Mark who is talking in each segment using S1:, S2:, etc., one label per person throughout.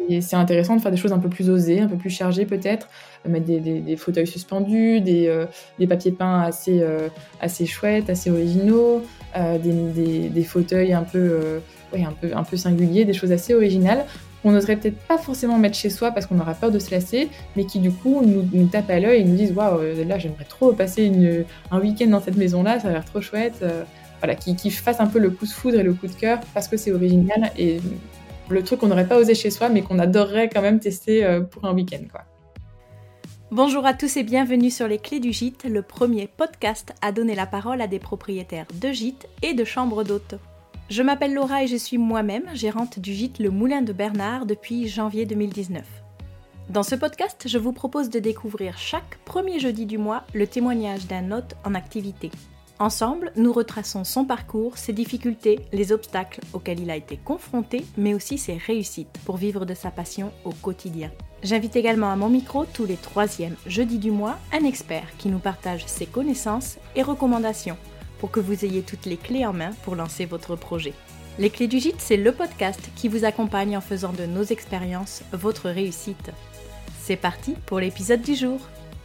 S1: c'est intéressant de faire des choses un peu plus osées, un peu plus chargées peut-être, mettre des fauteuils suspendus, des papiers peints assez chouettes, assez originaux, des fauteuils un peu singuliers, des choses assez originales qu'on n'oserait peut-être pas forcément mettre chez soi parce qu'on aura peur de se lasser, mais qui du coup nous tapent à l'œil et nous disent: «Waouh, là j'aimerais trop passer un week-end dans cette maison-là, ça a l'air trop chouette», voilà, qui fassent un peu le coup de foudre et le coup de cœur parce que c'est original et le truc qu'on n'aurait pas osé chez soi, mais qu'on adorerait quand même tester, pour un week-end, quoi.
S2: Bonjour à tous et bienvenue sur Les Clés du Gîte, le premier podcast à donner la parole à des propriétaires de gîtes et de chambres d'hôtes. Je m'appelle Laura et je suis moi-même gérante du gîte Le Moulin de Bernard depuis janvier 2019. Dans ce podcast, je vous propose de découvrir chaque premier jeudi du mois le témoignage d'un hôte en activité. Ensemble, nous retraçons son parcours, ses difficultés, les obstacles auxquels il a été confronté, mais aussi ses réussites pour vivre de sa passion au quotidien. J'invite également à mon micro tous les 3e jeudis du mois un expert qui nous partage ses connaissances et recommandations pour que vous ayez toutes les clés en main pour lancer votre projet. Les Clés du Gîte, c'est le podcast qui vous accompagne en faisant de nos expériences votre réussite. C'est parti pour l'épisode du jour.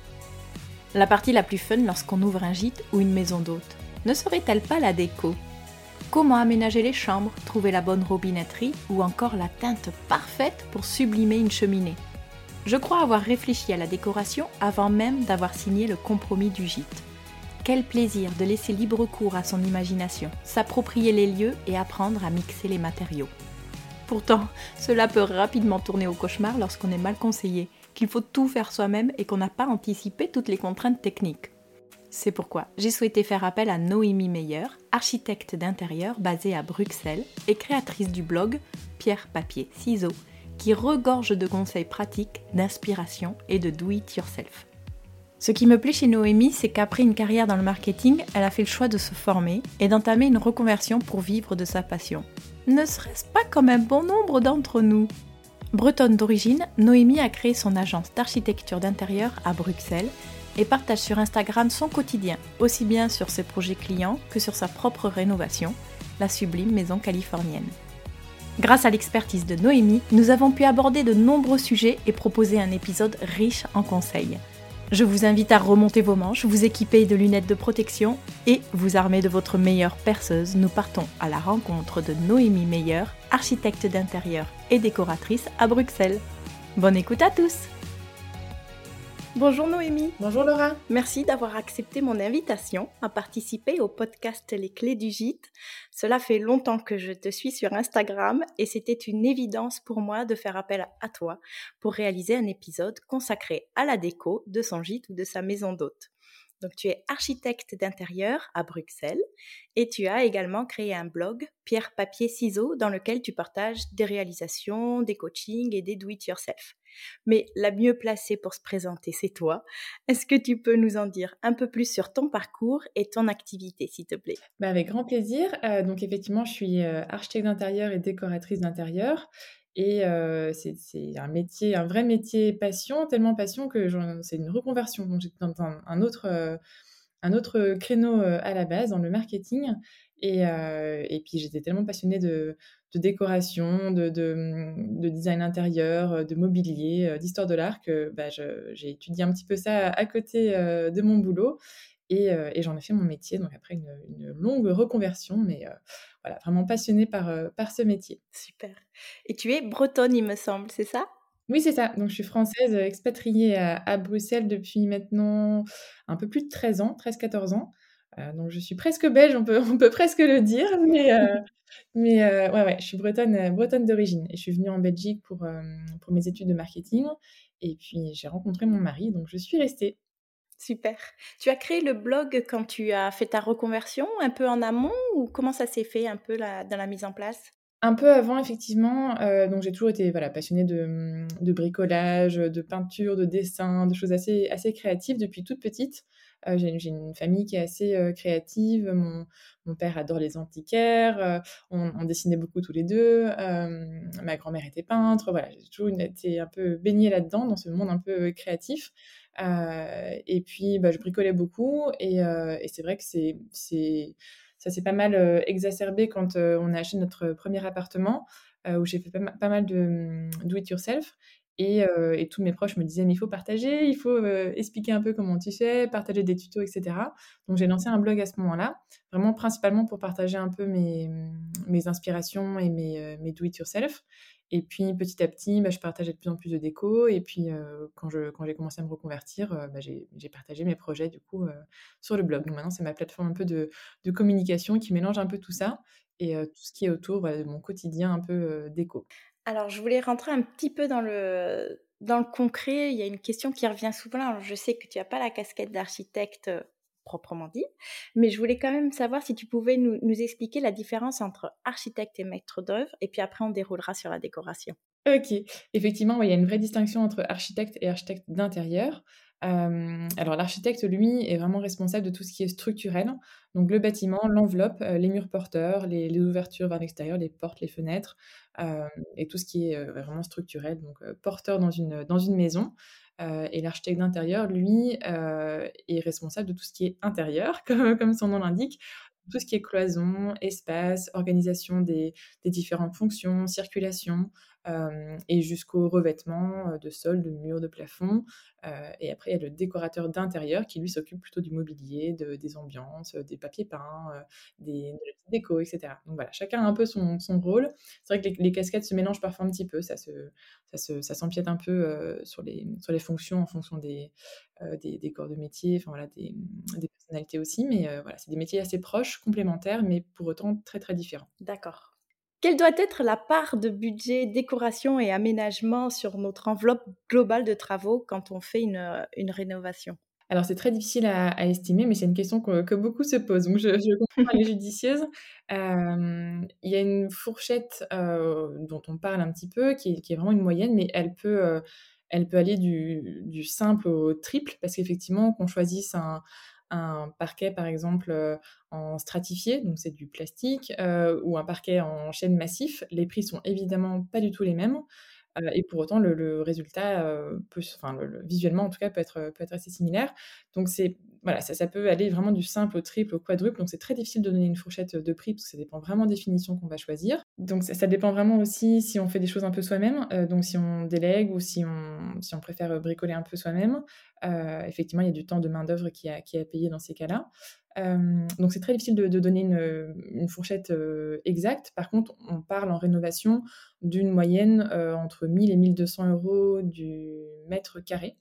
S2: La partie la plus fun lorsqu'on ouvre un gîte ou une maison d'hôte, ne serait-elle pas la déco ? Comment aménager les chambres, trouver la bonne robinetterie ou encore la teinte parfaite pour sublimer une cheminée ? Je crois avoir réfléchi à la décoration avant même d'avoir signé le compromis du gîte. Quel plaisir de laisser libre cours à son imagination, s'approprier les lieux et apprendre à mixer les matériaux. Pourtant, cela peut rapidement tourner au cauchemar lorsqu'on est mal conseillé, qu'il faut tout faire soi-même et qu'on n'a pas anticipé toutes les contraintes techniques. C'est pourquoi j'ai souhaité faire appel à Noémie Meyer, architecte d'intérieur basée à Bruxelles et créatrice du blog Pierre, Papier, Ciseaux, qui regorge de conseils pratiques, d'inspiration et de do it yourself. Ce qui me plaît chez Noémie, c'est qu'après une carrière dans le marketing, elle a fait le choix de se former et d'entamer une reconversion pour vivre de sa passion. Ne serait-ce pas comme un bon nombre d'entre nous ? Bretonne d'origine, Noémie a créé son agence d'architecture d'intérieur à Bruxelles et partage sur Instagram son quotidien, aussi bien sur ses projets clients que sur sa propre rénovation, la sublime maison californienne. Grâce à l'expertise de Noémie, nous avons pu aborder de nombreux sujets et proposer un épisode riche en conseils. Je vous invite à remonter vos manches, vous équiper de lunettes de protection et vous armer de votre meilleure perceuse. Nous partons à la rencontre de Noémie Meyer, architecte d'intérieur et décoratrice à Bruxelles. Bonne écoute à tous! Bonjour Noémie.
S1: Bonjour Laura.
S2: Merci d'avoir accepté mon invitation à participer au podcast Les Clés du Gîte. Cela fait longtemps que je te suis sur Instagram et c'était une évidence pour moi de faire appel à toi pour réaliser un épisode consacré à la déco de son gîte ou de sa maison d'hôte. Donc tu es architecte d'intérieur à Bruxelles et tu as également créé un blog Pierre, Papier, Ciseaux dans lequel tu partages des réalisations, des coachings et des do-it-yourself. Mais la mieux placée pour se présenter, c'est toi. Est-ce que tu peux nous en dire un peu plus sur ton parcours et ton activité, s'il te plaît ?
S1: Avec grand plaisir. Donc effectivement, je suis, architecte d'intérieur et décoratrice d'intérieur et c'est un vrai métier passion, tellement passion que c'est une reconversion. Donc j'étais dans un autre créneau, à la base, dans le marketing et puis j'étais tellement passionnée de décoration, de design intérieur, de mobilier, d'histoire de l'art que, j'ai étudié un petit peu ça à côté, de mon boulot et j'en ai fait mon métier, donc après une longue reconversion, mais voilà, vraiment passionnée par ce métier.
S2: Super. Et tu es bretonne, il me semble, c'est ça ?
S1: Oui, c'est ça. Donc je suis française, expatriée à Bruxelles depuis maintenant un peu plus de 13 ans, 13-14 ans. Donc je suis presque belge, on peut presque le dire, ouais, je suis bretonne d'origine et je suis venue en Belgique pour mes études de marketing et puis j'ai rencontré mon mari, donc je suis restée.
S2: Super. Tu as créé le blog quand tu as fait ta reconversion, un peu en amont, ou comment ça s'est fait un peu dans la mise en place ?
S1: Un peu avant effectivement, donc j'ai toujours été, voilà, passionnée de bricolage, de peinture, de dessin, de choses assez créatives depuis toute petite. J'ai une famille qui est assez, créative. Mon père adore les antiquaires, on dessinait beaucoup tous les 2. Ma grand-mère était peintre. Voilà, j'ai toujours été un peu baignée là-dedans, dans ce monde un peu créatif. Et puis, je bricolais beaucoup et c'est vrai que Ça s'est pas mal, exacerbé quand, on a acheté notre premier appartement, où j'ai fait pas mal de, do it yourself et tous mes proches me disaient: «Mais il faut partager, il faut, expliquer un peu comment tu fais, partager des tutos et cetera». Donc j'ai lancé un blog à ce moment-là, vraiment principalement pour partager un peu mes inspirations et mes do it yourself et puis petit à petit, bah, je partageais de plus en plus de déco et puis, quand j'ai commencé à me reconvertir, bah, j'ai partagé mes projets du coup, sur le blog. Donc maintenant, c'est ma plateforme un peu de communication qui mélange un peu tout ça et tout ce qui est autour, voilà, de mon quotidien un peu, déco.
S2: Alors, je voulais rentrer un petit peu dans le concret. Il y a une question qui revient souvent. Alors, je sais que tu as pas la casquette d'architecte, proprement dit, mais je voulais quand même savoir si tu pouvais nous expliquer la différence entre architecte et maître d'œuvre et puis après on déroulera sur la décoration.
S1: OK. Effectivement, ouais, il y a une vraie distinction entre architecte et architecte d'intérieur. Alors l'architecte, lui, est vraiment responsable de tout ce qui est structurel. Donc le bâtiment, l'enveloppe, les murs porteurs, les ouvertures vers l'extérieur, les portes, les fenêtres, et tout ce qui est, vraiment structurel, donc porteur dans une maison. Et l'architecte d'intérieur, lui, est responsable de tout ce qui est intérieur, comme son nom l'indique. Tout ce qui est cloison, espace, organisation des différentes fonctions, circulation, et jusqu'au revêtement, de sol, de murs, de plafond, et après il y a le décorateur d'intérieur qui lui s'occupe plutôt du mobilier, des ambiances, des papiers peints, de la petite déco et cetera. Donc voilà, chacun a un peu son rôle. C'est vrai que les casquettes se mélangent parfois un petit peu, ça s'empiète un peu, sur les fonctions en fonction des corps de métier, enfin voilà, des personnalités aussi, mais voilà, c'est des métiers assez proches, complémentaires, mais pour autant très, très différents.
S2: D'accord. Quelle doit être la part de budget décoration et aménagement sur notre enveloppe globale de travaux quand on fait une rénovation?
S1: Alors c'est très difficile à estimer, mais c'est une question que beaucoup se posent, donc je comprends, elle est judicieuse. Il y a une fourchette, dont on parle un petit peu, qui est vraiment une moyenne, mais elle peut aller du simple au triple parce qu'effectivement qu'on choisisse un parquet par exemple, en stratifié, donc c'est du plastique, ou un parquet en chêne massif, les prix sont évidemment pas du tout les mêmes. Et pour autant, le résultat, peut s enfin, le visuellement, en tout cas, peut être assez similaire. Donc c'est voilà, ça peut aller vraiment du simple au triple, au quadruple, donc c'est très difficile de donner une fourchette, de prix parce que ça dépend vraiment des finitions qu'on va choisir. Donc ça dépend vraiment aussi si on fait des choses un peu soi-même, donc si on délègue ou si on préfère, bricoler un peu soi-même. Effectivement, il y a du temps de main-d'œuvre qui est à payer dans ces cas-là. Donc c'est très difficile de donner une fourchette, exacte. Par contre, on parle en rénovation d'une moyenne, entre 1 000 et 1 200 € du mètre carré.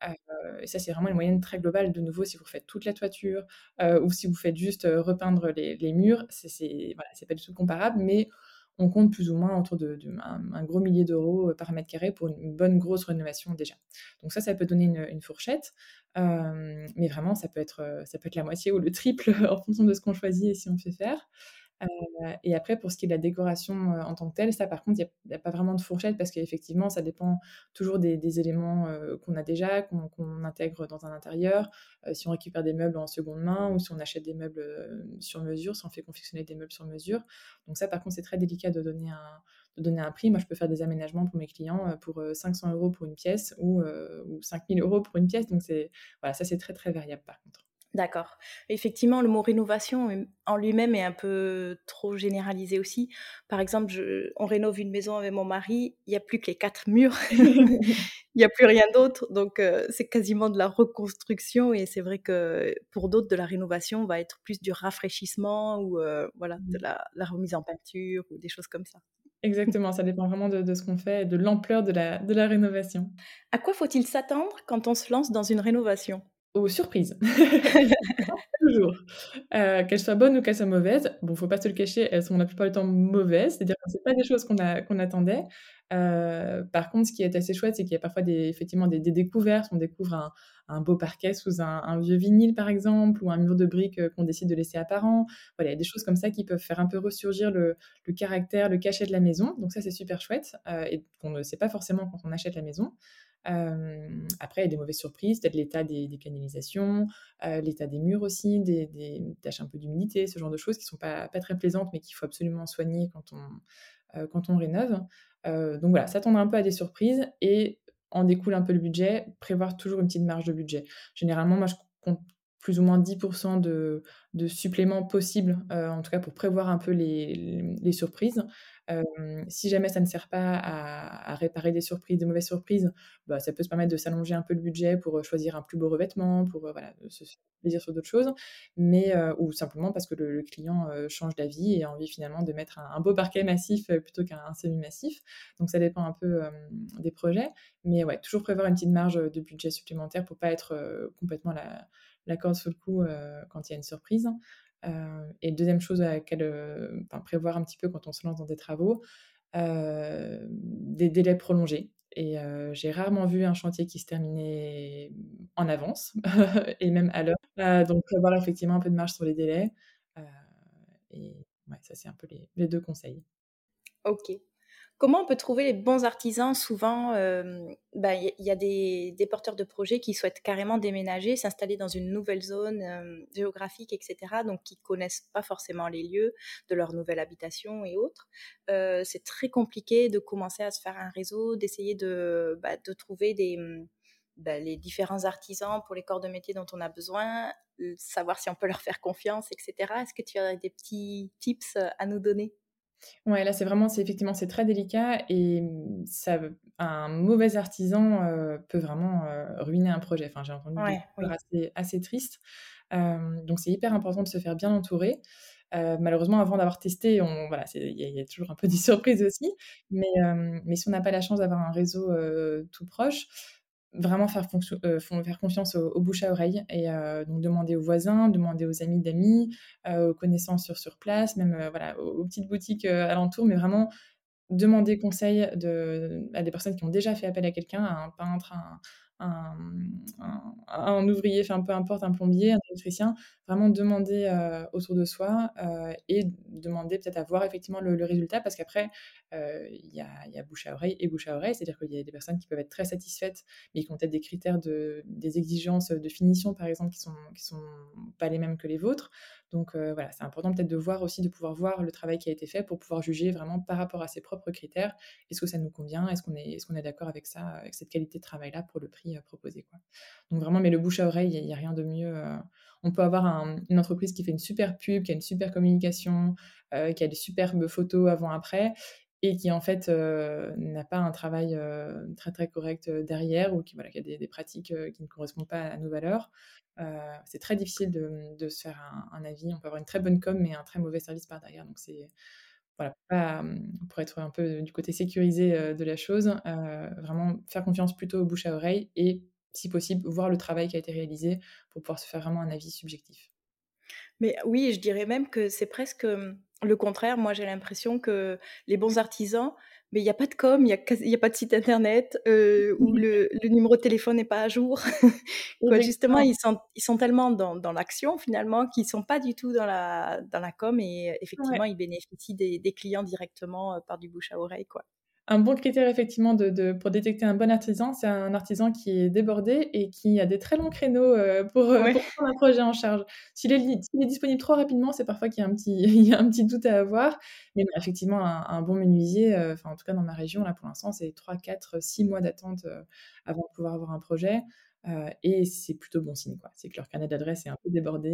S1: Et ça, c'est vraiment une moyenne très globale. De nouveau, si vous refaites toute la toiture, ou si vous faites juste, repeindre les murs, c'est voilà, c'est pas du tout comparable, mais on compte plus ou moins autour de un gros millier d'euros, par mètre carré pour une bonne grosse rénovation déjà. Donc ça peut donner une fourchette, mais vraiment ça peut être la moitié ou le triple en fonction de ce qu'on choisit et si on fait faire. Et après pour ce qui est de la décoration, en tant que telle, ça par contre, il y a pas vraiment de fourchette parce qu'effectivement, ça dépend toujours des éléments, qu'on a déjà, qu'on intègre dans un intérieur, si on récupère des meubles en seconde main ou si on achète des meubles, sur mesure, si on fait confectionner des meubles sur mesure. Donc ça, par contre, c'est très délicat de donner un prix. Moi, je peux faire des aménagements pour mes clients, pour, 500 € pour une pièce ou 5 000 € pour une pièce. Donc c'est voilà, ça, c'est très, très variable par contre.
S2: D'accord. Effectivement, le mot rénovation en lui-même est un peu trop généralisé aussi. Par exemple, on rénove une maison avec mon mari, il n'y a plus que les 4 murs, il n'y a plus rien d'autre. Donc, c'est quasiment de la reconstruction et c'est vrai que pour d'autres, de la rénovation va être plus du rafraîchissement ou voilà, de la remise en peinture ou des choses comme ça.
S1: Exactement, ça dépend vraiment de ce qu'on fait et de l'ampleur de la rénovation.
S2: À quoi faut-il s'attendre quand on se lance dans une rénovation?
S1: Aux surprises. Toujours. Qu'elles soient bonnes ou qu'elles soient mauvaises, bon, faut pas se le cacher, elles sont la plupart du temps mauvaises, c'est-à-dire que c'est pas des choses qu'on attendait. Par contre, ce qui est assez chouette, c'est qu'il y a parfois effectivement des découvertes. On découvre un beau parquet sous un vieux vinyle, par exemple, ou un mur de briques, qu'on décide de laisser apparent. Voilà, il y a des choses comme ça qui peuvent faire un peu ressurgir le caractère, le cachet de la maison. Donc ça, c'est super chouette, et qu'on ne sait pas forcément quand on achète la maison. Après, il y a des mauvaises surprises, peut-être l'état des canalisations, l'état des murs aussi, des taches un peu d'humidité, ce genre de choses qui sont pas très plaisantes, mais qu'il faut absolument soigner quand on rénove. Donc voilà, s'attendre un peu à des surprises et en découle un peu le budget, prévoir toujours une petite marge de budget. Généralement, moi, je compte plus ou moins 10 de suppléments possibles, en tout cas pour prévoir un peu les surprises. Si jamais ça ne sert pas à réparer des surprises, des mauvaises surprises, bah, ça peut se permettre de s'allonger un peu le budget pour, choisir un plus beau revêtement, pour, voilà, se faire plaisir sur d'autres choses. Mais, ou simplement parce que le client, change d'avis et a envie finalement de mettre un beau parquet massif, plutôt qu'un semi-massif. Donc ça dépend un peu, des projets. Mais ouais, toujours prévoir une petite marge, de budget supplémentaire pour pas être, complètement la corde sous le cou, quand il y a une surprise. Et 2e chose à laquelle, enfin prévoir un petit peu quand on se lance dans des travaux, des délais prolongés. Et j'ai rarement vu un chantier qui se terminait en avance et même à l'heure. Donc prévoir effectivement un peu de marge sur les délais, heu et ouais, ça c'est un peu les 2 conseils.
S2: OK. Comment on peut trouver les bons artisans? Souvent, bah, il y a des porteurs de projets qui souhaitent carrément déménager, s'installer dans une nouvelle zone, géographique et cetera, donc qui connaissent pas forcément les lieux de leur nouvelle habitation et autres. C'est très compliqué de commencer à se faire un réseau, d'essayer de trouver les différents artisans pour les corps de métier dont on a besoin, savoir si on peut leur faire confiance et cetera. Est-ce que tu as des petits tips, à nous donner?
S1: Ouais, là, c'est effectivement, c'est très délicat et ça un mauvais artisan, peut vraiment, ruiner un projet. Enfin, j'ai entendu des
S2: Ouais,
S1: histoires
S2: oui.
S1: assez tristes. Donc c'est hyper important de se faire bien entourer. Malheureusement, avant d'avoir testé, voilà, il y a toujours un peu des surprises aussi. Mais si on n'a pas la chance d'avoir un réseau, tout proche, vraiment faire confiance au bouche à oreille et donc demander aux voisins, demander aux amis d'amis, aux connaissances sur place, même, voilà, aux petites boutiques, alentours, mais vraiment demander conseil à des personnes qui ont déjà fait appel à quelqu'un, à un peintre, un ouvrier, enfin peu importe, un plombier, un électricien, vraiment demander, autour de soi, et demander peut-être à voir effectivement le résultat parce qu'après, il y a bouche à oreille et bouche à oreille. C'est-à-dire qu'il y a des personnes qui peuvent être très satisfaites, mais qui ont peut-être des critères des exigences de finition par exemple qui sont pas les mêmes que les vôtres. Donc voilà, c'est important peut-être de voir aussi, de pouvoir voir le travail qui a été fait pour pouvoir juger vraiment par rapport à ses propres critères. Est-ce que ça nous convient? Est-ce qu'on est d'accord avec ça, avec cette qualité de travail-là pour le prix, proposé, quoi? Donc vraiment, mais le bouche à oreille, il y a rien de mieux, on peut avoir une entreprise qui fait une super pub, qui a une super communication, qui a des superbes photos avant-après et qui en fait, n'a pas un travail, très, très correct, derrière ou qui a des pratiques, qui ne correspondent pas à nos valeurs. C'est très difficile de se faire un avis. On peut avoir une très bonne com, mais un très mauvais service par derrière. Donc c'est voilà, pas, pour être un peu du côté sécurisé, de la chose, vraiment faire confiance plutôt au bouche à oreille et si possible, voir le travail qui a été réalisé pour pouvoir se faire vraiment un avis subjectif.
S2: Mais oui, je dirais même que c'est presque, le contraire. Moi, j'ai l'impression que les bons artisans, mais il y a pas de com, il y a pas de site internet, ou le numéro de téléphone n'est pas à jour. Quoi, justement,
S1: Effectivement,
S2: ils sont tellement dans l'action finalement, qu'ils sont pas du tout dans la com et effectivement,
S1: ouais.
S2: ils bénéficient des clients directement, par du bouche à oreille, quoi.
S1: Un bon critère effectivement pour détecter un bon artisan, c'est un artisan qui est débordé et qui a des très longs créneaux,
S2: Ouais.
S1: pour prendre un projet en charge. S'il est disponible trop rapidement, c'est parfois qu'il y a un petit il y a un petit doute à avoir. Mais non, effectivement, un bon menuisier, enfin en tout cas dans ma région là pour l'instant, c'est 3, 4, 6 mois d'attente, avant de pouvoir avoir un projet, et c'est plutôt bon signe quoi. C'est que leur carnet d'adresses est un peu débordé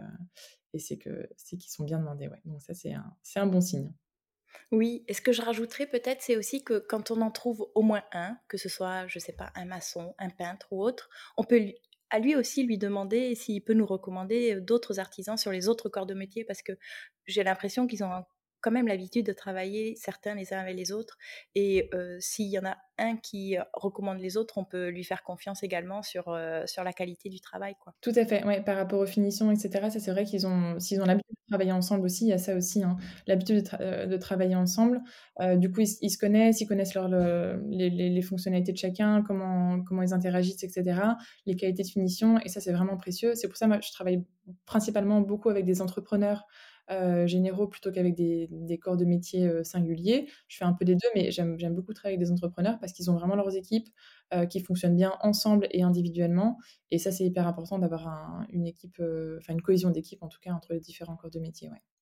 S1: et c'est qu'ils sont bien demandés, ouais. Donc ça c'est un bon signe.
S2: Oui, et ce que je rajouterais peut-être, c'est aussi que quand on en trouve au moins un, que ce soit, je sais pas, un maçon, un peintre ou autre, on peut à lui aussi lui demander s'il peut nous recommander d'autres artisans sur les autres corps de métier, parce que j'ai l'impression qu'ils ont quand même l'habitude de travailler certains les uns avec les autres. Et s'il y en a un qui recommande les autres, on peut lui faire confiance également sur la qualité du travail, quoi.
S1: Tout à fait, ouais, par rapport aux finitions et cetera, ça c'est vrai s'ils ont l'habitude de travailler ensemble aussi, il y a ça aussi, hein, l'habitude de travailler ensemble, du coup ils se connaissent, ils connaissent les fonctionnalités de chacun, comment ils interagissent et cetera, les qualités de finition et ça c'est vraiment précieux. C'est pour ça, moi, je travaille principalement beaucoup avec des entrepreneurs, généraux plutôt qu'avec des corps de métier, singuliers. Je fais un peu des 2, mais j'aime beaucoup travailler avec des entrepreneurs parce qu'ils ont vraiment leurs équipes, qui fonctionnent bien ensemble et individuellement et ça, c'est hyper important d'avoir une équipe, enfin une cohésion d'équipe en tout cas entre les différents corps de métier, ouais.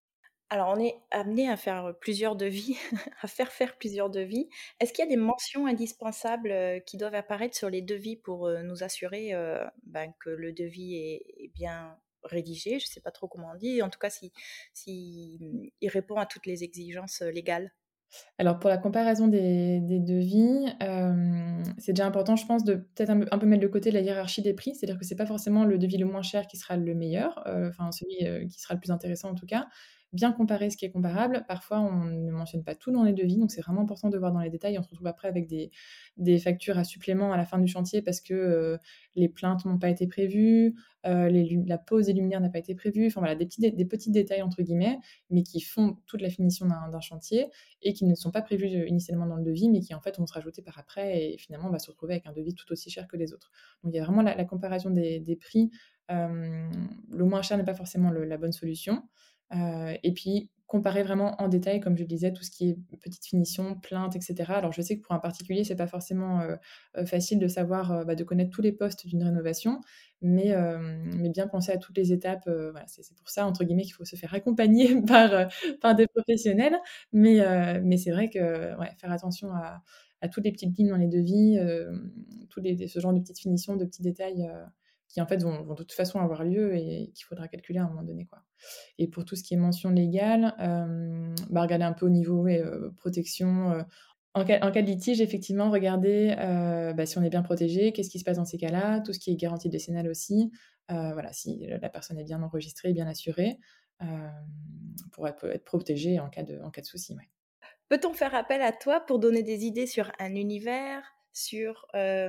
S2: Alors, on est amené à faire plusieurs devis, à faire plusieurs devis. Est-ce qu'il y a des mentions indispensables, qui doivent apparaître sur les devis pour, nous assurer, que le devis est bien rédigé? Je ne sais pas trop comment on dit. En tout cas, il répond à toutes les exigences, légales.
S1: Alors pour la comparaison des devis, c'est déjà important je pense de peut-être un peu mettre de côté la hiérarchie des prix. C'est-à-dire que c'est pas forcément le devis le moins cher qui sera le meilleur, enfin celui, qui sera le plus intéressant en tout cas. Bien comparer ce qui est comparable. Parfois on ne mentionne pas tout dans les devis, donc c'est vraiment important de voir dans les détails. On se retrouve après avec des factures à supplément à la fin du chantier parce que, les plaintes n'ont pas été prévues, la pose des luminaires n'a pas été prévue. Enfin voilà, des «petits détails» entre guillemets, mais qui font toute la finition d'un chantier et qui ne sont pas prévus, initialement dans le devis, mais qui en fait vont se rajouter par après et finalement on va se retrouver avec un devis tout aussi cher que les autres. Donc il y a vraiment la comparaison des prix, le moins cher n'est pas forcément la bonne solution, et puis comparer vraiment en détail, comme je le disais, tout ce qui est petite finition, plainte et cetera. Alors je sais que pour un particulier, c'est pas forcément, facile de savoir, de connaître tous les postes d'une rénovation, mais bien penser à toutes les étapes, voilà, c'est pour ça entre guillemets qu'il faut se faire accompagner par des professionnels. Mais c'est vrai que, ouais, faire attention à toutes les petites lignes dans les devis, tous les ce genre de petites finitions, de petits détails, qui en fait vont de toute façon avoir lieu et qu'il faudra calculer à un moment donné, quoi. Et pour tout ce qui est mention légale, regarder un peu au niveau, ouais, protection, en cas de litige, effectivement, regarder, si on est bien protégé, qu'est-ce qui se passe dans ces cas-là? Tout ce qui est garantie décennale aussi, voilà, si la personne est bien enregistrée, bien assurée, hem, pour être protégée en cas de souci, ouais.
S2: Peut-on faire appel à toi pour donner des idées sur un univers, sur,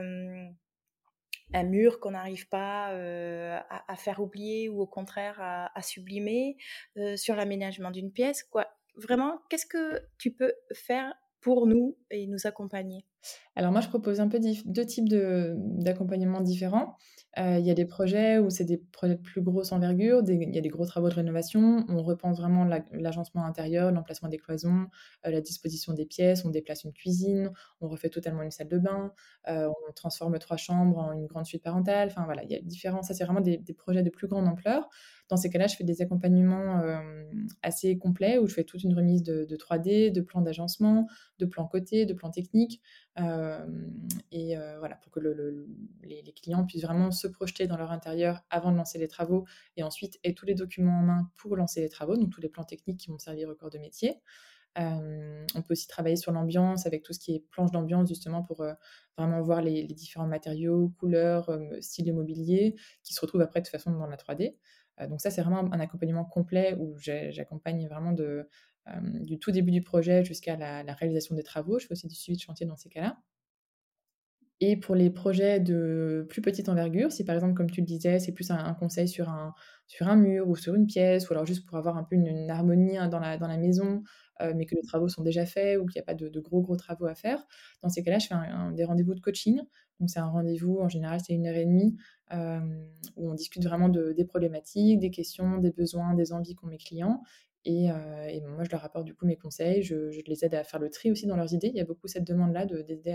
S2: un mur qu'on n'arrive pas, à faire oublier ou au contraire à sublimer, sur l'aménagement d'une pièce, quoi? Vraiment, qu'est-ce que tu peux faire pour nous et nous accompagner?
S1: Alors moi, je propose un peu 2 types d'accompagnement différents. Il y a des projets où c'est des projets de plus grosse envergure, il y a des gros travaux de rénovation. On repense vraiment l'agencement intérieur, l'emplacement des cloisons, la disposition des pièces, on déplace une cuisine, on refait totalement une salle de bain, on transforme 3 chambres en une grande suite parentale. Enfin voilà, il y a différents ça c'est vraiment des projets de plus grande ampleur. Dans ces cas-là, je fais des accompagnements, assez complets où je fais toute une remise de 3D, de plans d'agencement, de plans cotés, de plans techniques. Voilà, pour que les clients puissent vraiment se projeter dans leur intérieur avant de lancer les travaux et ensuite aient tous les documents en main pour lancer les travaux, donc tous les plans techniques qui vont servir au corps de métier. On peut aussi travailler sur l'ambiance avec tout ce qui est planche d'ambiance justement pour, vraiment voir les différents matériaux, couleurs, style de mobilier qui se retrouvent après de toute façon dans la 3D. Donc ça, c'est vraiment un accompagnement complet où j'accompagne vraiment du tout début du projet jusqu'à la réalisation des travaux. Je fais aussi du suivi de chantier dans ces cas-là. Et pour les projets de plus petite envergure, si par exemple, comme tu le disais, c'est plus un conseil sur un mur ou sur une pièce ou alors juste pour avoir un peu une harmonie, hein, dans la maison, mais que les travaux sont déjà faits ou qu'il y a pas de gros travaux à faire. Dans ces cas-là, je fais des rendez-vous de coaching. Donc c'est un rendez-vous, en général, c'est 1 heure et demie, où on discute vraiment des problématiques, des questions, des besoins, des envies qu'ont mes clients et moi, je leur apporte du coup mes conseils. Je les aide à faire le tri aussi dans leurs idées. Il y a beaucoup cette demande-là d'aider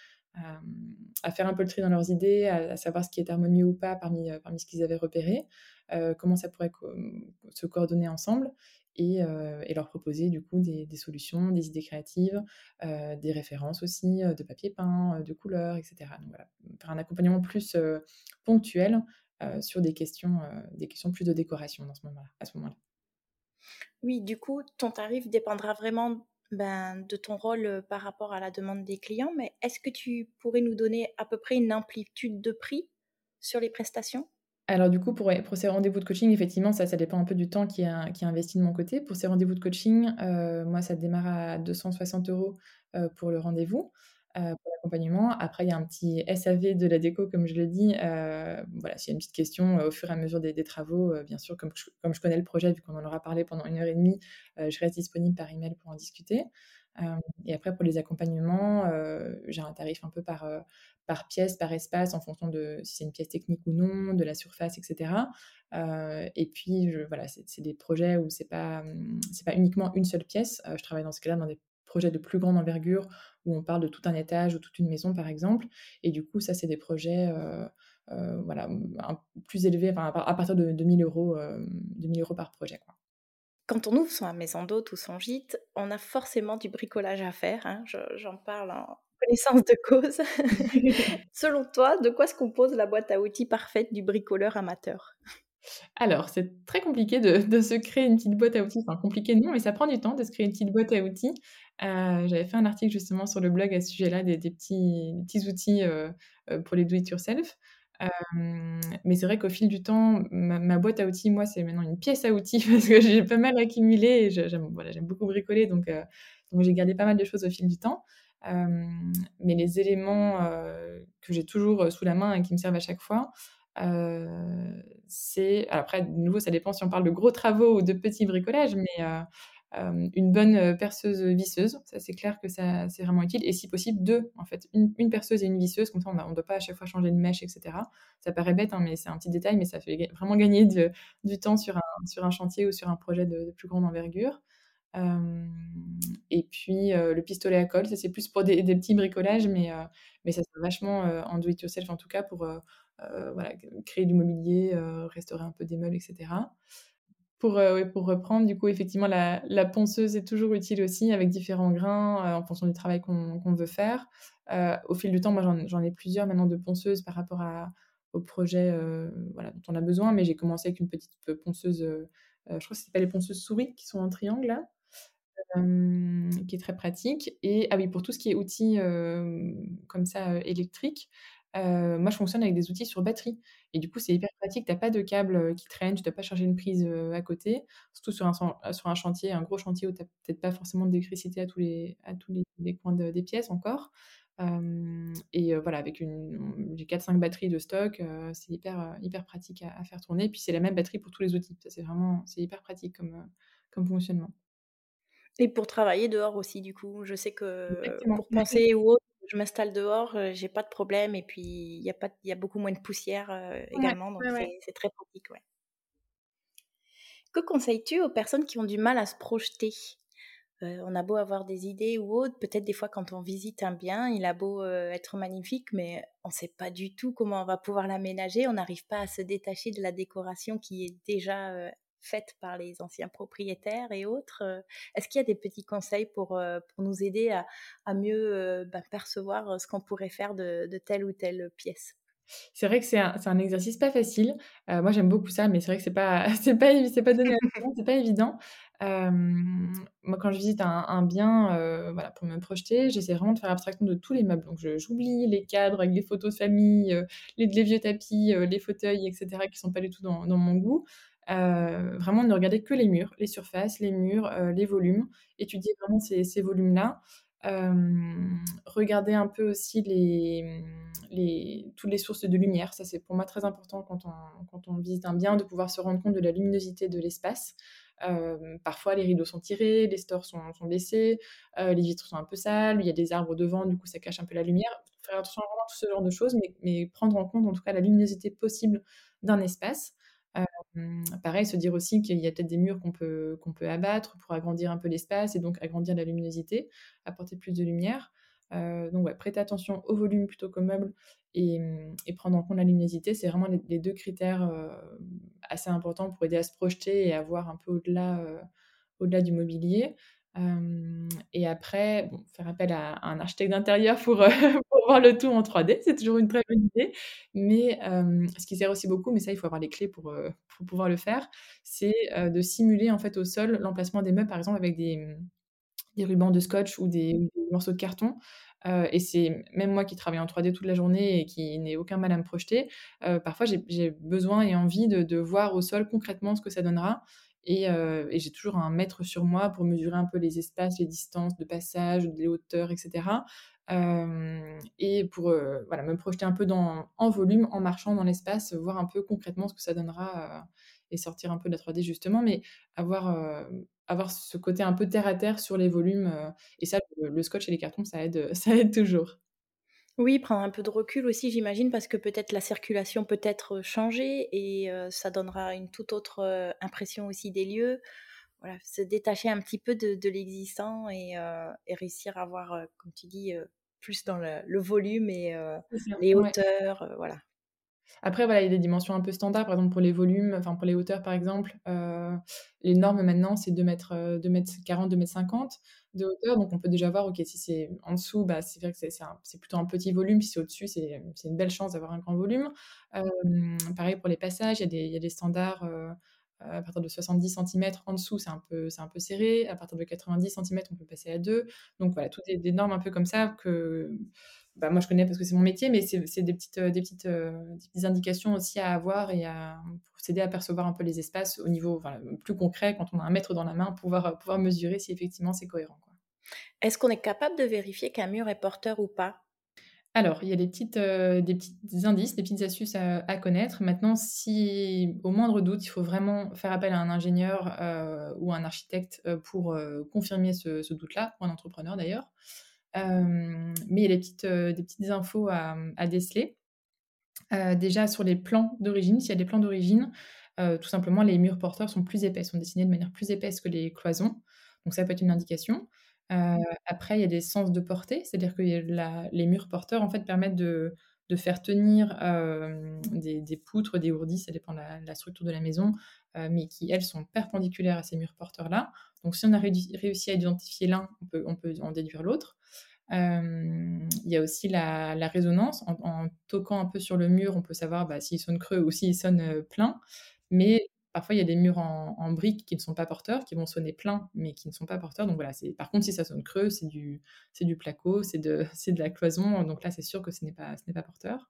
S1: à faire un peu le tri dans leurs idées, à savoir ce qui est harmonieux ou pas parmi ce qu'ils avaient repéré, comment ça pourrait se coordonner ensemble et leur proposer du coup des solutions, des idées créatives, des références aussi, de papier peint, de couleurs et cetera. Donc voilà, faire un accompagnement plus, ponctuel, sur des questions plus de décoration à ce moment-là.
S2: Oui, du coup, ton tarif dépendra vraiment, de ton rôle, par rapport à la demande des clients, mais est-ce que tu pourrais nous donner à peu près une amplitude de prix sur les prestations?
S1: Alors du coup, pour ces rendez-vous de coaching, effectivement, ça dépend un peu du temps qui est investi de mon côté. Pour ces rendez-vous de coaching, moi, ça démarre à 260 € pour le rendez-vous, pour l'accompagnement. Après, il y a un petit SAV de la déco, comme je le dis, voilà, s'il y a une petite question, au fur et à mesure des travaux, bien sûr, comme je connais le projet, vu qu'on en aura parlé pendant 1 heure et demie, je reste disponible par email pour en discuter. Et après pour les accompagnements, j'ai un tarif un peu par pièce, par espace, en fonction de si c'est une pièce technique ou non, de la surface et cetera. Et puis voilà, c'est des projets où c'est pas uniquement une seule pièce. Je travaille dans ce cas-là dans des projets de plus grande envergure où on parle de tout un étage ou toute une maison, par exemple. Et du coup, ça, c'est des projets, voilà, plus élevés, enfin à partir de 1 000 €, 2 000 € par projet, quoi.
S2: Quand on ouvre sa maison d'hôte ou son gîte, on a forcément du bricolage à faire, hein. J'en parle en connaissance de cause. Selon toi, de quoi se compose la boîte à outils parfaite du bricoleur amateur?
S1: Alors, c'est très compliqué de se créer une petite boîte à outils. Enfin, compliqué non, mais ça prend du temps de se créer une petite boîte à outils. J'avais fait un article justement sur le blog à ce sujet-là, des petits outils, pour les do it yourself. Mais c'est vrai qu'au fil du temps, ma boîte à outils, moi, c'est maintenant une pièce à outils parce que j'ai pas mal accumulé et j'aime voilà, j'aime beaucoup bricoler donc j'ai gardé pas mal de choses au fil du temps. Mais les éléments, que j'ai toujours, sous la main et qui me servent à chaque fois, c'est après de nouveau ça dépend si on parle de gros travaux ou de petits bricolages, mais une bonne, perceuse, visseuse, ça c'est clair que ça c'est vraiment utile et si possible 2 en fait, une perceuse et une visseuse comme ça on doit pas à chaque fois changer de mèche et cetera. Ça paraît bête, hein, mais c'est un petit détail, mais ça fait vraiment gagner du temps sur un chantier ou sur un projet de plus grande envergure. Hem et puis, le pistolet à colle, ça c'est plus pour des petits bricolages, mais ça sert vachement, en do it yourself en tout cas pour, voilà, créer du mobilier, restaurer un peu des meubles et cetera. Ouais, pour reprendre, du coup, effectivement, la ponceuse est toujours utile aussi avec différents grains, en fonction du travail qu'on veut faire. Au fil du temps, moi, j'en ai plusieurs maintenant de ponceuses par rapport au projet, voilà, dont on a besoin, mais j'ai commencé avec une petite, ponceuse, je crois que ça s'appelle les ponceuses souris qui sont en triangle là. Qui est très pratique et ah oui, pour tout ce qui est outils, comme ça, électriques, moi je fonctionne avec des outils sur batterie et du coup, c'est hyper pratique. Tu as pas de câbles, qui traînent, tu dois pas charger une prise, à côté. Surtout sur un chantier, un gros chantier où tu as peut-être pas forcément d'électricité à tous les coins des pièces encore. Et voilà, avec j'ai 4-5 batteries de stock, c'est hyper pratique à faire tourner. Puis c'est la même batterie pour tous les outils. Ça, c'est hyper pratique comme fonctionnement.
S2: Et pour travailler dehors aussi du coup? Je sais que
S1: Exactement.
S2: pour poncer ou autre, je m'installe dehors, j'ai pas de problème et puis il y a beaucoup moins de poussière,
S1: Ouais,
S2: également donc
S1: ouais, ouais.
S2: c'est très pratique, ouais. Que conseilles-tu aux personnes qui ont du mal à se projeter? On a beau avoir des idées ou autre, peut-être des fois quand on visite un bien, il a beau, être magnifique, mais on sait pas du tout comment on va pouvoir l'aménager. On n'arrive pas à se détacher de la décoration qui est déjà, faite par les anciens propriétaires et autres, Est-ce qu'il y a des petits conseils pour nous aider à mieux, percevoir, ce qu'on pourrait faire de telle ou telle pièce?
S1: C'est vrai que c'est un exercice pas facile. Moi, j'aime beaucoup ça, mais c'est vrai que c'est pas donné à tout le monde, c'est pas évident. Moi, quand je visite un bien, voilà, pour me projeter, j'essaie vraiment de faire abstraction de tous les meubles. Donc j'oublie les cadres avec les photos de famille, les vieux tapis, les fauteuils et cetera qui sont pas du tout dans mon goût. Vraiment ne regarder que les murs, les surfaces, les murs, les volumes, étudier vraiment ces volumes-là. Regarder un peu aussi toutes les sources de lumière. Ça, c'est pour moi très important quand on visite un bien, de pouvoir se rendre compte de la luminosité de l'espace. Parfois, les rideaux sont tirés, les stores sont baissés, les vitres sont un peu sales, il y a des arbres devant, du coup, ça cache un peu la lumière. Faire attention à vraiment tout ce genre de choses, mais prendre en compte, en tout cas, la luminosité possible d'un espace. Pareil, se dire aussi qu'il y a peut-être des murs qu'on peut abattre pour agrandir un peu l'espace et donc agrandir la luminosité, apporter plus de lumière. Donc ouais, prêter attention au volume plutôt qu'au meuble et prendre en compte la luminosité, c'est vraiment les 2 critères, assez importants pour aider à se projeter et à voir un peu au-delà du mobilier. Et après, bon, faire appel à un architecte d'intérieur pour, pour voir le tout en 3D, c'est toujours une très bonne idée. Mais, ce qui sert aussi beaucoup, mais ça, il faut avoir les clés pour pouvoir le faire, c'est, de simuler en fait au sol l'emplacement des meubles, par exemple avec des rubans de scotch ou des morceaux de carton, et c'est même moi qui travaille en 3D toute la journée et qui n'ai aucun mal à me projeter, parfois j'ai besoin et envie de voir au sol concrètement ce que ça donnera et j'ai toujours un mètre sur moi pour mesurer un peu les espaces, les distances de passage, les hauteurs et cetera, et pour, voilà, me projeter un peu en volume, en marchant dans l'espace, voir un peu concrètement ce que ça donnera, et sortir un peu de la 3D justement, mais avoir ce côté un peu terre à terre sur les volumes, et ça, le scotch et les cartons, ça aide, ça aide toujours.
S2: Oui, prendre un peu de recul aussi, j'imagine, parce que peut-être la circulation peut être changée et ça donnera une toute autre, impression aussi des lieux. Voilà, se détacher un petit peu de l'existant et réussir à voir, comme tu dis, plus dans le volume et
S1: C'est ça,
S2: les
S1: ouais.
S2: hauteurs, voilà.
S1: Après voilà, il y a des dimensions un peu standards, par exemple pour les volumes, enfin pour les hauteurs par exemple, les normes maintenant c'est 2 m 40, 2 m 50 de hauteur, donc on peut déjà voir, OK, si c'est en dessous, bah, c'est vrai que c'est plutôt un petit volume, si c'est au-dessus, c'est une belle chance d'avoir un grand volume. Pareil pour les passages, il y a des standards, à partir de 70 centimètres en dessous, c'est un peu serré. À partir de 90 centimètres, on peut passer à 2. Donc voilà, toutes des normes un peu comme ça que, bah, moi je connais parce que c'est mon métier, mais c'est des petites indications aussi à avoir et pour s'aider à percevoir un peu les espaces au niveau, voilà, plus concret quand on a un mètre dans la main, pouvoir mesurer si effectivement c'est cohérent, quoi.
S2: Est-ce qu'on est capable de vérifier qu'un mur est porteur ou pas?
S1: Alors, il y a des petits indices, des petites astuces à connaître. Maintenant, si au moindre doute, il faut vraiment faire appel à un ingénieur, ou un architecte, pour, confirmer ce doute-là, ou un entrepreneur d'ailleurs. Mais il y a des petites infos à déceler. Déjà sur les plans d'origine, s'il y a des plans d'origine, tout simplement les murs porteurs sont plus épais, sont dessinés de manière plus épaisse que les cloisons, donc ça peut être une indication. Après il y a des sens de portée, c'est-à-dire que les murs porteurs en fait permettent de faire tenir, des poutres, des ourdis, ça dépend de la structure de la maison, mais qui elles sont perpendiculaires à ces murs porteurs-là. Donc si on a réussi à identifier l'un, on peut en déduire l'autre. Il y a aussi la résonance. En toquant un peu sur le mur, on peut savoir, bah, s'il sonne creux ou s'il sonne, plein. Mais parfois, il y a des murs en briques qui ne sont pas porteurs, qui vont sonner plein, mais qui ne sont pas porteurs. Donc voilà, par contre, si ça sonne creux, c'est du placo, c'est de la cloison, donc là, c'est sûr que ce n'est pas porteur.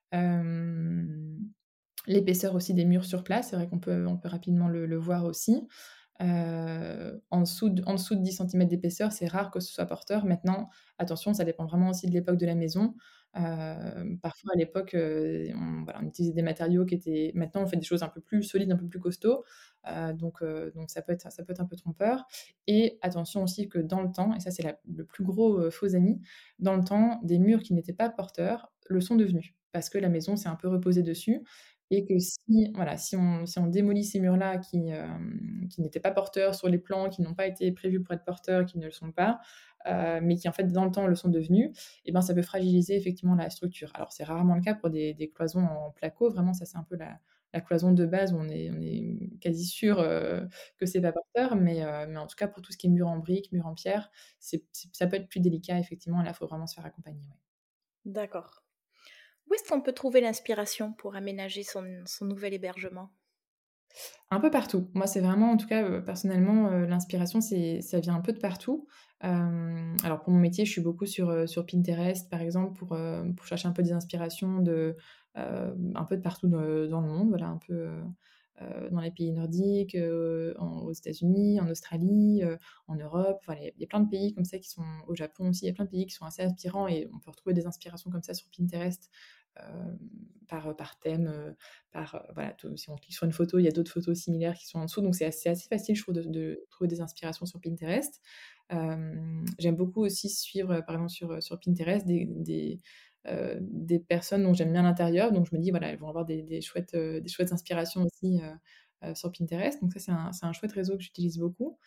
S1: Hem, L'épaisseur aussi des murs sur place, c'est vrai qu'on peut rapidement le voir aussi. En dessous de 10 centimètres d'épaisseur, c'est rare que ce soit porteur. Maintenant, attention, ça dépend vraiment aussi de l'époque de la maison. Parfois à l'époque, on utilisait des matériaux qui étaient, maintenant on fait des choses un peu plus solides, un peu plus costauds, donc ça peut être un peu trompeur. Et attention aussi que dans le temps, et ça c'est le plus gros, faux ami, dans le temps, des murs qui n'étaient pas porteurs le sont devenus. Parce que la maison s'est un peu reposée dessus et que si voilà, si on démolit ces murs-là qui n'étaient pas porteurs sur les plans, qui n'ont pas été prévus pour être porteurs, qui ne le sont pas, mais qui en fait dans le temps le sont devenus, et ben ça peut fragiliser effectivement la structure. Alors c'est rarement le cas pour des cloisons en placo, vraiment ça c'est un peu la cloison de base où on est quasi sûr, que c'est pas porteur, mais en tout cas pour tout ce qui est mur en briques, mur en pierre, ça peut être plus délicat effectivement, là il faut vraiment se faire accompagner, ouais.
S2: D'accord. Où est-ce qu'on peut trouver l'inspiration pour aménager son nouvel hébergement?
S1: Un peu partout. Moi, c'est vraiment en tout cas, personnellement, l'inspiration, ça vient un peu de partout. Alors pour mon métier, je suis beaucoup sur Pinterest, par exemple, pour chercher un peu des inspirations un peu de partout dans le monde, voilà, un peu, dans les pays nordiques, aux États-Unis, en Australie, en Europe. Enfin, il y a plein de pays comme ça qui sont au Japon aussi, il y a plein de pays qui sont assez inspirants et on peut retrouver des inspirations comme ça sur Pinterest, par thème, voilà, si on clique sur une photo, il y a d'autres photos similaires qui sont en dessous, donc c'est assez facile, je trouve, de trouver des inspirations sur Pinterest. J'aime beaucoup aussi suivre, par exemple sur Pinterest des personnes dont j'aime bien l'intérieur, donc je me dis: «Voilà, elles vont avoir des chouettes inspirations aussi, sur Pinterest», donc ça c'est un chouette réseau que j'utilise beaucoup.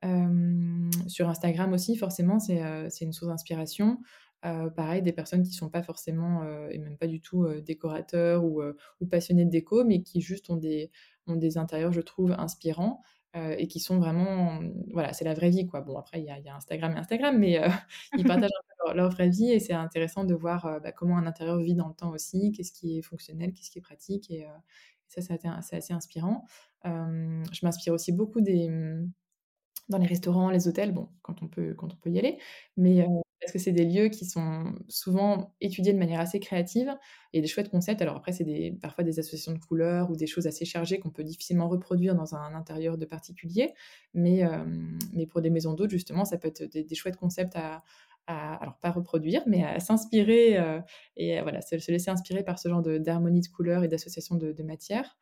S1: Sur Instagram aussi, forcément, c'est une source d'inspiration. Pareil, des personnes qui sont pas forcément, et même pas du tout, décorateurs ou passionnés de déco, mais qui juste ont des intérieurs, je trouve, inspirants, et qui sont vraiment, voilà, c'est la vraie vie, quoi. Bon, après, il y a Instagram et Instagram, mais ils partagent un peu leur vraie vie et c'est intéressant de voir, bah, comment un intérieur vit dans le temps aussi, qu'est-ce qui est fonctionnel, qu'est-ce qui est pratique, et ça, c'est assez inspirant. Je m'inspire aussi beaucoup dans les restaurants, les hôtels, bon, quand on peut y aller, mais parce que c'est des lieux qui sont souvent étudiés de manière assez créative et des chouettes concepts. Alors après, c'est parfois des associations de couleurs ou des choses assez chargées qu'on peut difficilement reproduire dans un intérieur de particulier, mais pour des maisons d'hôtes, justement, ça peut être des chouettes concepts alors pas reproduire, mais à s'inspirer, et voilà, se laisser inspirer par ce genre d'harmonie de couleurs et d'association de matières.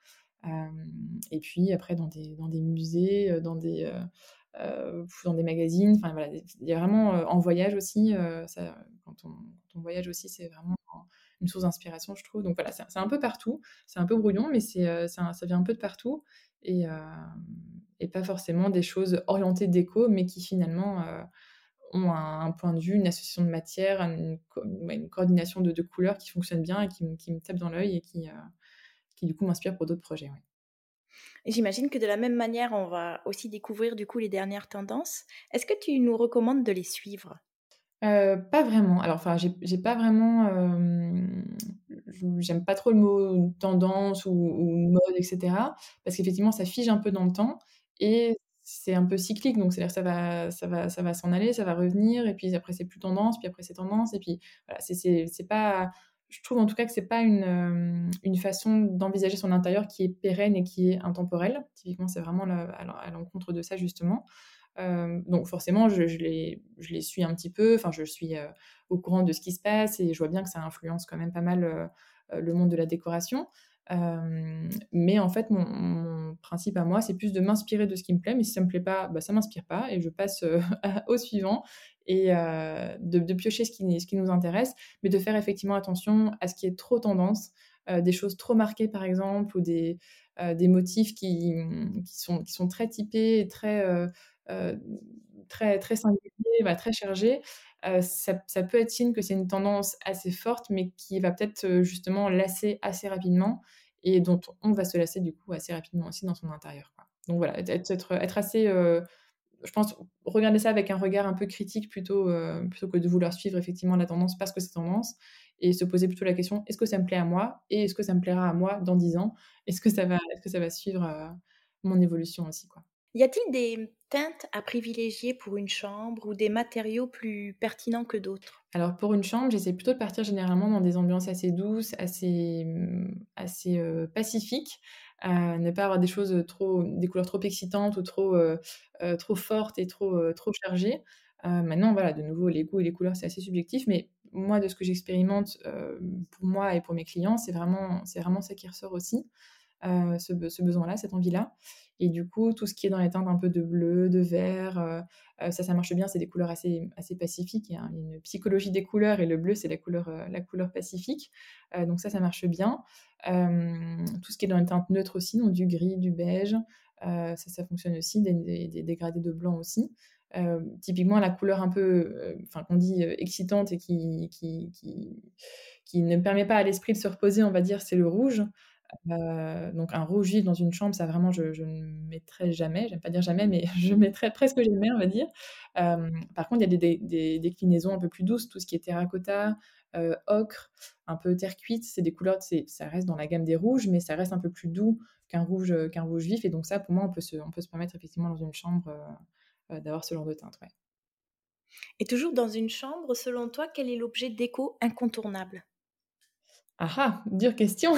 S1: Et puis après dans des musées, dans des magazines, enfin voilà, il y a vraiment, en voyage aussi, quand on voyage aussi, c'est vraiment une source d'inspiration, je trouve. Donc voilà, c'est un peu partout, c'est un peu brouillon, mais ça vient un peu de partout et pas forcément des choses orientées déco, mais qui finalement, ont un point de vue, une association de matières, une coordination de couleurs qui fonctionne bien et qui me tape dans l'œil et qui du coup m'inspire pour d'autres projets, ouais.
S2: Et j'imagine que de la même manière, on va aussi découvrir du coup les dernières tendances. Est-ce que tu nous recommandes de les suivre?
S1: Pas vraiment. Alors enfin, j'ai pas vraiment, j'aime pas trop le mot tendance ou mode et cetera, parce qu'effectivement ça fige un peu dans le temps et c'est un peu cyclique, donc c'est-à-dire que ça va s'en aller, ça va revenir et puis après c'est plus tendance, puis après c'est tendance et puis voilà, c'est pas, je trouve en tout cas que c'est pas une façon d'envisager son intérieur qui est pérenne et qui est intemporelle. Typiquement, c'est vraiment à l'encontre de ça justement. Donc forcément, je les suis un petit peu, enfin je suis, au courant de ce qui se passe et je vois bien que ça influence quand même pas mal, le monde de la décoration. Mais en fait, mon principe à moi, c'est plus de m'inspirer de ce qui me plaît, mais si ça me plaît pas, bah, ça m'inspire pas et je passe, au suivant et de piocher ce qui nous intéresse, mais de faire effectivement attention à ce qui est trop tendance, des choses trop marquées par exemple ou des motifs qui sont très typés et heu, très singuliers, bah, très chargés. Ça peut être signe que c'est une tendance assez forte, mais qui va peut-être, justement lasser assez rapidement et dont on va se lasser du coup assez rapidement aussi dans son intérieur, quoi. Donc voilà, être assez, je pense, regarder ça avec un regard un peu critique plutôt que de vouloir suivre effectivement la tendance parce que c'est tendance et se poser plutôt la question: «Est-ce que ça me plaît à moi? Et est-ce que ça me plaira à moi dans 10 ans? Est-ce que ça va suivre, mon évolution aussi, quoi?»
S2: Y a-t-il des teintes à privilégier pour une chambre ou des matériaux plus pertinents que d'autres?
S1: Alors pour une chambre, j'essaie plutôt de partir généralement dans des ambiances assez douces, assez, pacifiques, ne pas avoir des couleurs trop excitantes ou trop fortes et trop chargées. Maintenant voilà, de nouveau les goûts et les couleurs, c'est assez subjectif, mais moi de ce que j'expérimente, pour moi et pour mes clients, c'est vraiment ça qui ressort aussi. Ce besoin-là, cette envie-là et du coup, tout ce qui est dans les teintes un peu de bleu, de vert, ça marche bien. C'est des couleurs assez pacifiques. Il y a une psychologie des couleurs et le bleu, c'est la couleur pacifique, donc ça marche bien. Tout ce qui est dans les teintes neutres aussi, donc du gris, du beige, ça fonctionne aussi, des dégradés de blanc aussi. Typiquement la couleur un peu, enfin qu'on dit, excitante et qui ne permet pas à l'esprit de se reposer, on va dire, c'est le rouge. Donc un rouge vif dans une chambre, ça vraiment je ne mettrai jamais, j'aime pas dire jamais, mais je mettrais presque jamais, on va dire. Par contre, il y a des déclinaisons un peu plus douces, tout ce qui est terracotta, ocre, un peu terre cuite, c'est des couleurs, ça reste dans la gamme des rouges, mais ça reste un peu plus doux qu'un rouge vif et donc ça, pour moi, on peut se permettre effectivement dans une chambre, d'avoir ce genre de teinte, ouais.
S2: Et toujours dans une chambre, selon toi, quel est l'objet déco incontournable?
S1: Ah ah! Dure question!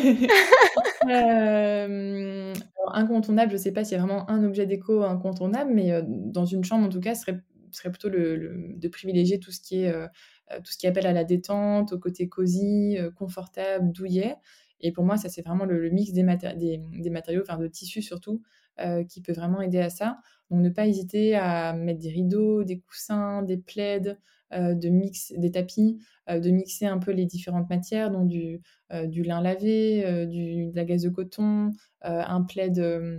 S1: Alors incontournable, je sais pas s'il y a vraiment un objet déco incontournable, mais dans une chambre en tout cas, ce serait plutôt le de privilégier tout ce qui appelle à la détente, au côté cosy, confortable, douillet et pour moi, ça, c'est vraiment le mix des matériaux, enfin de tissus surtout, qui peut vraiment aider à ça. Donc ne pas hésiter à mettre des rideaux, des coussins, des plaids, des tapis, de mixer un peu les différentes matières, donc du lin lavé, de la gaze de coton, un plaid,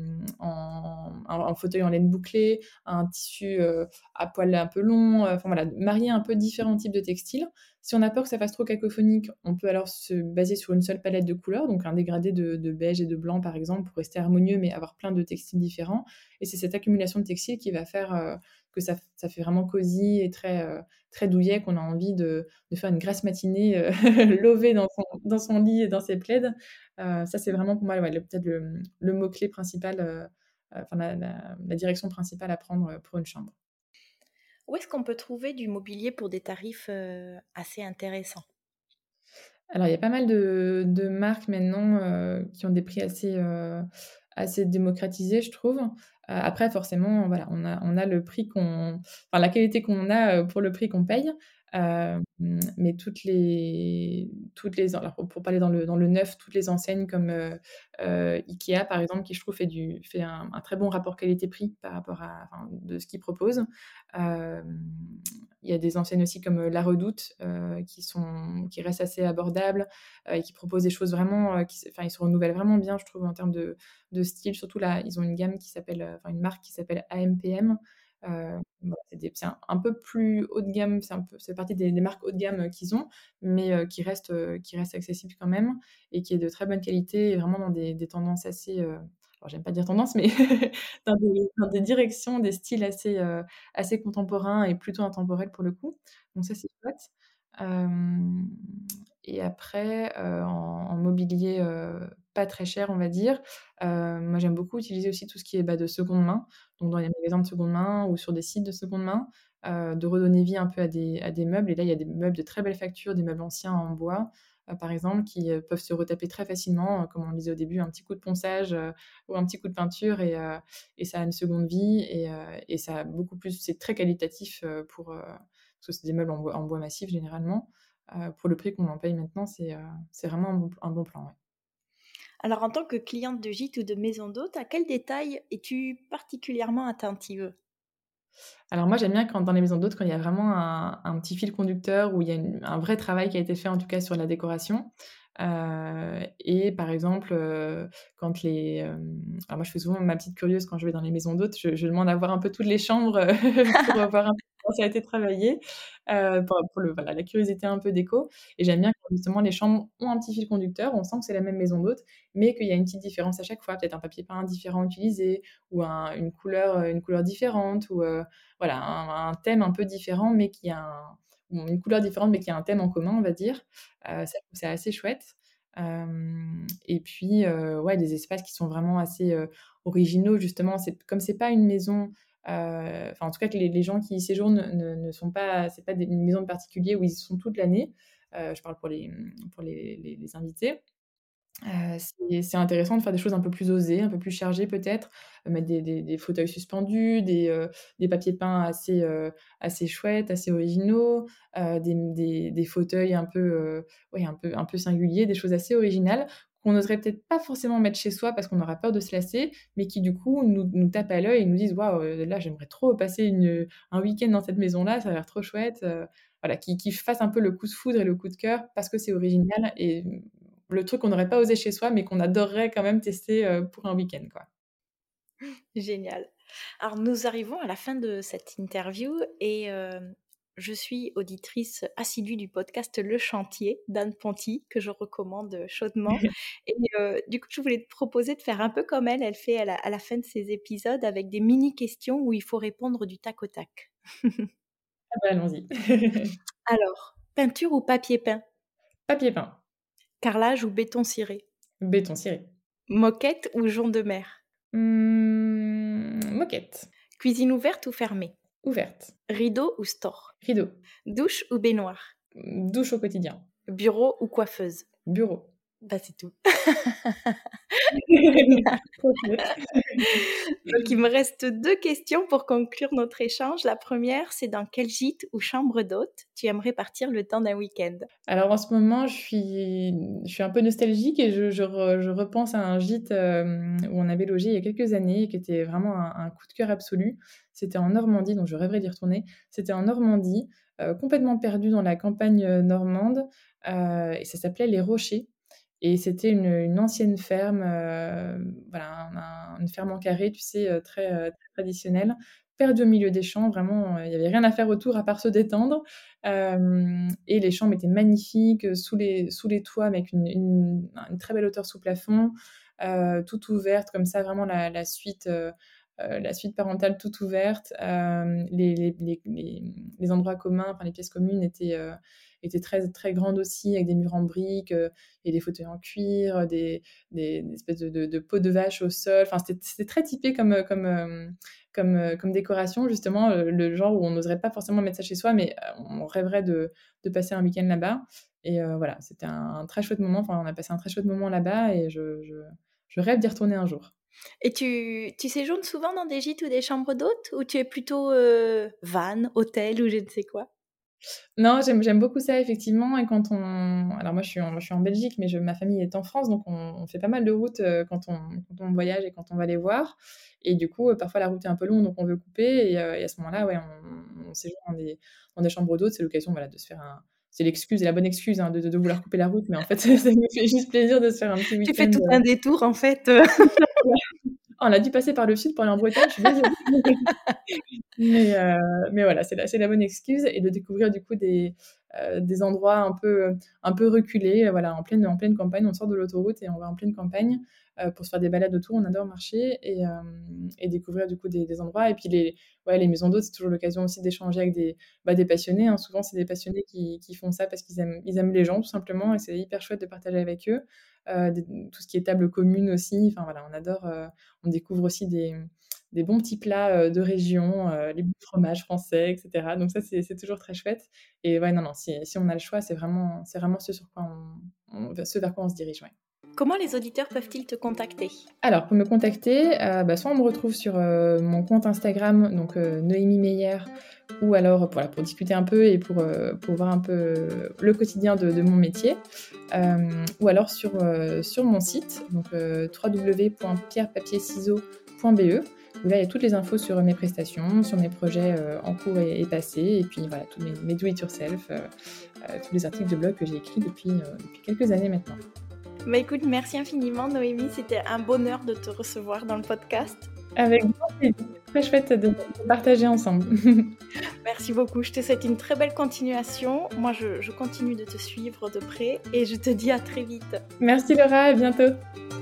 S1: en fauteuil en laine bouclée, un tissu, à poil un peu long, enfin voilà, marier un peu différents types de textiles. Si on a peur que ça fasse trop cacophonique, on peut alors se baser sur une seule palette de couleurs, donc un dégradé de beige et de blanc par exemple pour rester harmonieux mais avoir plein de textiles différents et c'est cette accumulation de textiles qui va faire, que ça fait vraiment cosy et très douillet qu'on a envie de faire une grasse matinée, lové dans son lit et dans ses plaids. Ça, c'est vraiment pour moi, ouais, peut-être le mot-clé principal, enfin la direction principale à prendre, pour une chambre.
S2: Où est-ce qu'on peut trouver du mobilier pour des tarifs, assez intéressants?
S1: Alors, il y a pas mal de marques maintenant, qui ont des prix assez démocratisés, je trouve. Après forcément, voilà, on a le prix enfin la qualité qu'on a, pour le prix qu'on paye. Mais alors pour parler dans le neuf, toutes les enseignes comme, IKEA par exemple, qui je trouve fait un très bon rapport qualité-prix par rapport à enfin, de ce qu'ils proposent. Il y a des enseignes aussi comme, La Redoute, qui restent assez abordables, et qui proposent des choses vraiment, enfin, ils se renouvellent vraiment bien, je trouve, en termes de style. Surtout là, ils ont une gamme qui s'appelle, enfin une marque qui s'appelle AMPM, Voilà, c'est un peu plus haut de gamme, c'est partie des marques haut de gamme, qu'ils ont, mais qui reste accessible quand même et qui est de très bonne qualité et vraiment dans des tendances assez, alors j'aime pas dire tendance, mais dans des directions, des styles assez, assez contemporains et plutôt intemporels pour le coup. Donc ça, c'est chouette. Hem Et après, en mobilier, pas très cher, on va dire, moi j'aime beaucoup utiliser aussi tout ce qui est, bah, de seconde main, donc dans les magasins de seconde main ou sur des sites de seconde main, de redonner vie un peu à des meubles et là, il y a des meubles de très belle facture, des meubles anciens en bois, par exemple, qui, peuvent se retaper très facilement, comme on le disait au début, un petit coup de ponçage, ou un petit coup de peinture et ça a une seconde vie et ça a beaucoup plus c'est très qualitatif, parce que c'est des meubles en bois massif généralement. Pour le prix qu'on en paye maintenant, c'est vraiment un bon plan, ouais.
S2: Alors, en tant que cliente de gîte ou de maison d'hôte, à quel détail es-tu particulièrement attentive?
S1: Alors moi, j'aime bien quand dans les maisons d'hôtes, quand il y a vraiment un petit fil conducteur, où il y a un vrai travail qui a été fait, en tout cas sur la décoration. Et par exemple, quand alors moi, je fais souvent ma petite curieuse quand je vais dans les maisons d'hôtes, je demande à voir un peu toutes les chambres, pour, voir un peu comment ça a été travaillé, pour voilà, la curiosité un peu déco et j'aime bien quand justement les chambres ont un petit fil conducteur, on sent que c'est la même maison d'hôtes, mais qu'il y a une petite différence à chaque fois, peut-être un papier peint différent utilisé ou une couleur différente ou, voilà, un thème un peu différent, mais qui a ou une couleur différente, mais qui a un thème en commun, on va dire. Ça, je trouve ça assez chouette. Et puis, ouais, des espaces qui sont vraiment assez, originaux, justement. C'est pas une maison, enfin, en tout cas, que les gens qui y séjournent ne sont pas c'est pas une maison de particulier où ils y sont toute l'année. Je parle pour les invités. C'est intéressant de faire des choses un peu plus osées, un peu plus chargées peut-être, mettre des fauteuils suspendus, des papiers peints assez chouettes, assez originaux, des fauteuils un peu, ouais, un peu singuliers, des choses assez originales qu'on n'oserait peut-être pas forcément mettre chez soi parce qu'on aura peur de se lasser, mais qui du coup nous tapent à l'œil et nous disent: «Waouh, là j'aimerais trop passer un week-end dans cette maison-là, ça a l'air trop chouette», voilà, qui fassent un peu le coup de foudre et le coup de cœur parce que c'est original et le truc qu'on n'aurait pas osé chez soi, mais qu'on adorerait quand même tester, pour un week-end, quoi.
S2: Génial. Alors, nous arrivons à la fin de cette interview et je suis auditrice assidue du podcast Le Chantier d'Anne Ponty, que je recommande chaudement. Et du coup, je voulais te proposer de faire un peu comme elle. Elle fait à la fin de ses épisodes avec des mini-questions où il faut répondre du tac au tac.
S1: Ah bah, allons-y.
S2: Alors, peinture ou papier peint?
S1: Papier peint,
S2: Carrelage ou béton ciré?
S1: béton ciré.
S2: Moquette ou jonc de mer?
S1: Moquette,
S2: Cuisine ouverte ou fermée?
S1: ouverte,
S2: Rideau ou store?
S1: rideau,
S2: Douche ou baignoire?
S1: douche au quotidien,
S2: Bureau ou coiffeuse?
S1: bureau.
S2: Bah, c'est tout. Génial.
S1: Trop chouette.
S2: Donc il me reste 2 questions pour conclure notre échange. La première, c'est dans quel gîte ou chambre d'hôte tu aimerais partir le temps d'un week-end?
S1: Alors en ce moment, je suis un peu nostalgique et je repense à un gîte, où on avait logé il y a quelques années et qui était vraiment un coup de cœur absolu. C'était en Normandie, donc je rêverais d'y retourner. C'était en Normandie, complètement perdu dans la campagne, normande, et ça s'appelait Les Rochers et c'était une ancienne ferme, voilà, une ferme en carré, tu sais, très traditionnelle, perdue au milieu des champs. Vraiment, il y avait rien à faire autour à part se détendre. Et les chambres étaient magnifiques, sous les toits avec une très belle hauteur sous plafond, toute ouverte comme ça, vraiment la suite parentale toute ouverte. Les endroits communs, enfin les pièces communes étaient très très grandes aussi avec des murs en briques, et des fauteuils en cuir, des espèces de peaux de vache au sol. Enfin c'était très typé comme décoration justement, le genre où on n'oserait pas forcément mettre ça chez soi, mais on rêverait de passer un week-end là-bas et voilà, c'était un très chouette moment. Enfin, on a passé un très chouette moment là-bas et je rêve d'y retourner un jour.
S2: Et tu séjournes souvent dans des gîtes ou des chambres d'hôtes ou tu es plutôt, van, hôtel ou je ne sais quoi?
S1: Non, j'aime beaucoup ça effectivement et quand on alors moi je suis en Belgique, mais ma famille est en France, donc on fait pas mal de routes, quand on voyage et quand on va les voir et du coup, parfois la route est un peu longue, donc on veut couper et à ce moment-là, ouais, on séjourne dans des chambres d'hôtes. C'est l'occasion, voilà, de se faire un c'est l'excuse et la bonne excuse, hein, de vouloir couper la route, mais en fait, ça nous fait juste plaisir de se faire un petit
S2: Tu fais
S1: week-end,
S2: tout un détour en fait,
S1: On a dû passer par le sud pour aller en Bretagne, je suis désolée. Mais voilà, c'est la bonne excuse et de découvrir du coup des endroits un peu reculés, voilà, en pleine campagne. On sort de l'autoroute et on va en pleine campagne, pour se faire des balades autour. On adore marcher et découvrir du coup des endroits et puis les maisons d'hôtes, c'est toujours l'occasion aussi d'échanger avec des passionnés, hein. Souvent, c'est des passionnés qui font ça parce qu'ils aiment les gens tout simplement et c'est hyper chouette de partager avec eux. Des Tout ce qui est table commune aussi, enfin voilà, on adore, on découvre aussi des bons petits plats, de région, les bons fromages français et cetera. Donc ça, c'est toujours très chouette et ouais, non, si on a le choix, c'est vraiment ce sur quoi ce vers quoi on se dirige, ouais.
S2: Comment les auditeurs peuvent-ils te contacter?
S1: Alors pour me contacter, soit on me retrouve sur, mon compte Instagram, donc Noémie Meyer ou alors, voilà, pour discuter un peu et pour voir un peu le quotidien de mon métier, ou alors sur mon site, donc www.pierrepapierciseaux.be où là, il y a toutes les infos sur mes prestations, sur mes projets, en cours et passés et puis voilà, tous mes do it yourself, tous les articles de blog que j'ai écrits depuis quelques années maintenant.
S2: Bah écoute, merci infiniment Noémie, c'était un bonheur de te recevoir dans le podcast.
S1: Avec grand plaisir, très chouette de partager ensemble.
S2: Merci beaucoup, je te souhaite une très belle continuation. Moi, je continue de te suivre de près et je te dis à très vite.
S1: Merci Laura, à bientôt.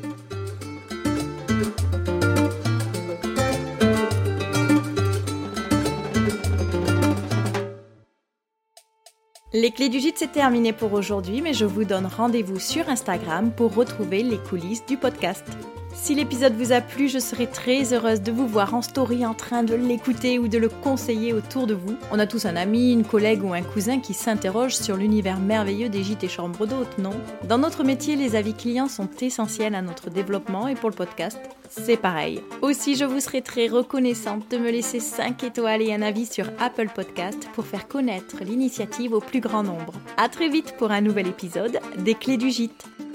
S2: Les clés du gîte, c'est terminé pour aujourd'hui, mais je vous donne rendez-vous sur Instagram pour retrouver les coulisses du podcast. Si l'épisode vous a plu, je serai très heureuse de vous voir en story en train de l'écouter ou de le conseiller autour de vous. On a tous un ami, une collègue ou un cousin qui s'interroge sur l'univers merveilleux des gîtes et chambres d'hôtes, non ? Dans notre métier, les avis clients sont essentiels à notre développement et pour le podcast, c'est pareil. Aussi, je vous serai très reconnaissante de me laisser 5 étoiles et un avis sur Apple Podcast pour faire connaître l'initiative au plus grand nombre. À très vite pour un nouvel épisode des Clés du Gîte.